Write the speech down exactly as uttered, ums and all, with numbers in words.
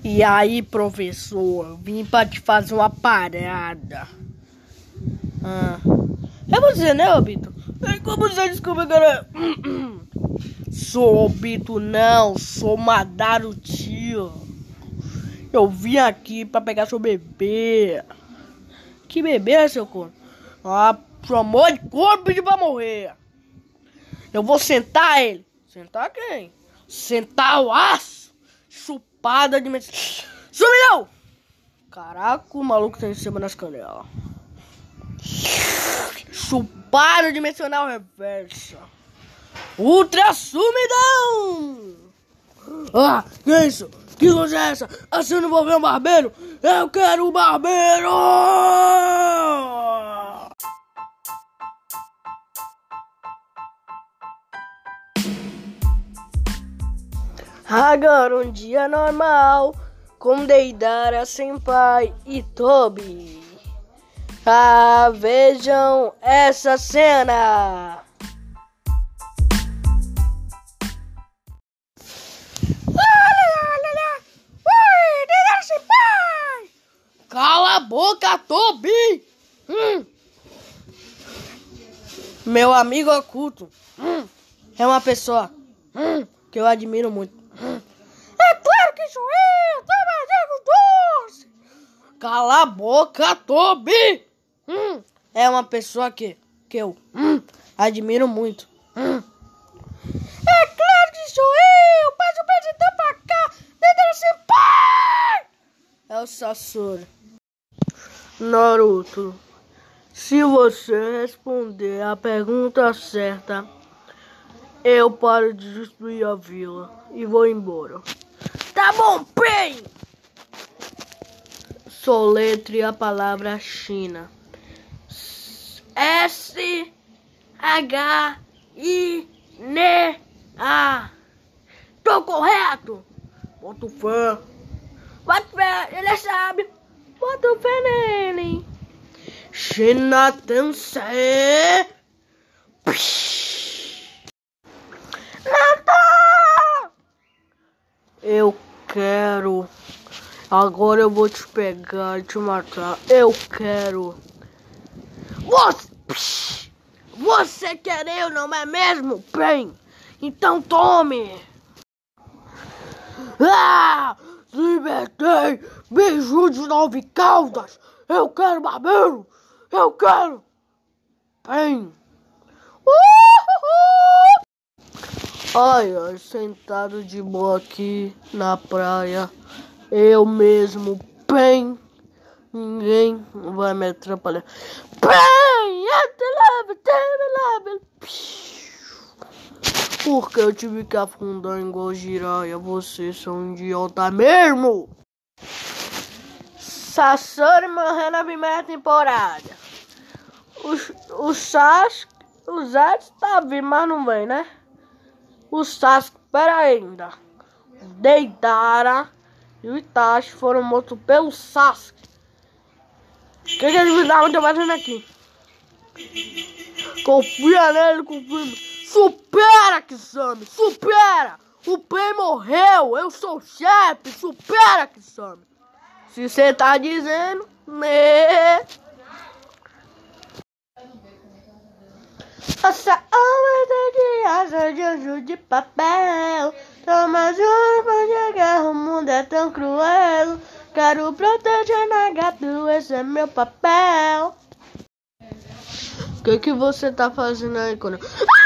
E aí, professor, vim pra te fazer uma parada. Ah. É você, né, Obito? E como você descobriu que era... Sou Obito, não. Sou Madara Uchiha. Eu vim aqui pra pegar seu bebê. Que bebê, seu corpo? Ah, chamou de corpo, pediu pra morrer. Eu vou sentar ele. Sentar quem? Sentar o aço. Chupada de... Sumiu! Caraca, o maluco tá em cima das canelas. Chupada dimensional reversa. Ultra sumidão! Ah, que isso? Que luz é essa? Assim eu não vou ver um barbeiro? Eu quero um barbeiro! Agora um dia normal, com Deidara, Senpai e Tobi. Ah, vejam essa cena! Cala a boca, Tobi! Hum. Meu amigo oculto hum. é uma pessoa hum. que eu admiro muito. Hum. É claro que sou eu, tô doce! Cala a boca, Tobi! Hum. É uma pessoa que, que eu hum. admiro muito. Hum. É claro que sou eu! Passa o presidente pra cá! Deidara Senpai! É o Sasori. Naruto, se você responder a pergunta certa, eu paro de destruir a vila e vou embora. Tá bom, bem! Soletre a palavra China. S H I N A. Tô correto? Boto fé. Boto fé, ele sabe. Boto fé nele. China Tensei. Nada! Eu quero. Agora eu vou te pegar e te matar. Eu quero. Você, você quer eu, não é mesmo? Bem, então tome. Ah! Libertei! Beijo de nove caudas! Eu quero barbeiro! Eu quero! Bem! Uhul! Ai, ai, sentado de boa aqui na praia. Eu mesmo, bem! Ninguém vai me atrapalhar. Bem! Porque eu tive que afundar igual Jiraiya. Vocês são um idiota mesmo. Sasori morreu na primeira temporada. O, o Sasuke, o Zetsu tá vivo, mas não vem, né? O Sasuke, pera ainda. Deidara e o Itachi foram mortos pelo Sasuke. O que, que eles me davam de fazendo aqui? Confia nele, confia. Supera, Kisame, supera! O Pain morreu, eu sou o chefe, supera, Kisame. Se você tá dizendo, né? Nossa alma de asa de anjo de papel. Toma junto pra chegar, o mundo é tão cruel. Quero proteger Nagato, esse é meu papel. O que que você tá fazendo aí, quando...